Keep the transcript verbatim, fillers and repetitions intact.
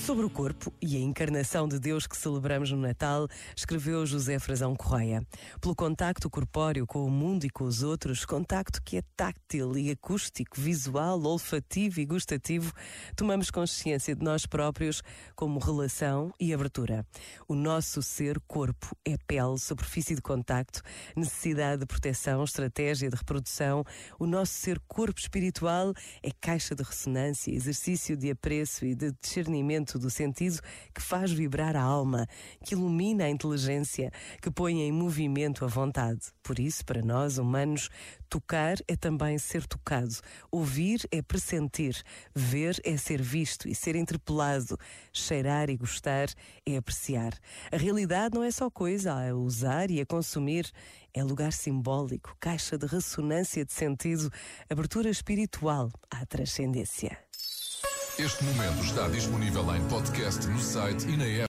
Sobre o corpo e a encarnação de Deus que celebramos no Natal, escreveu José Frazão Correia. Pelo contacto corpóreo com o mundo e com os outros, contacto que é táctil e acústico, visual, olfativo e gustativo, tomamos consciência de nós próprios como relação e abertura. O nosso ser corpo é pele, superfície de contacto, necessidade de proteção, estratégia de reprodução. O nosso ser corpo espiritual é caixa de ressonância, exercício de apreço e de discernimento do sentido que faz vibrar a alma, que ilumina a inteligência, que põe em movimento a vontade. Por isso, para nós, humanos, tocar é também ser tocado. Ouvir é pressentir. Ver é ser visto e ser interpelado. Cheirar e gostar é apreciar. A realidade não é só coisa a usar e a consumir. É lugar simbólico, caixa de ressonância de sentido, abertura espiritual à transcendência. Este momento está disponível em podcast no site e na app.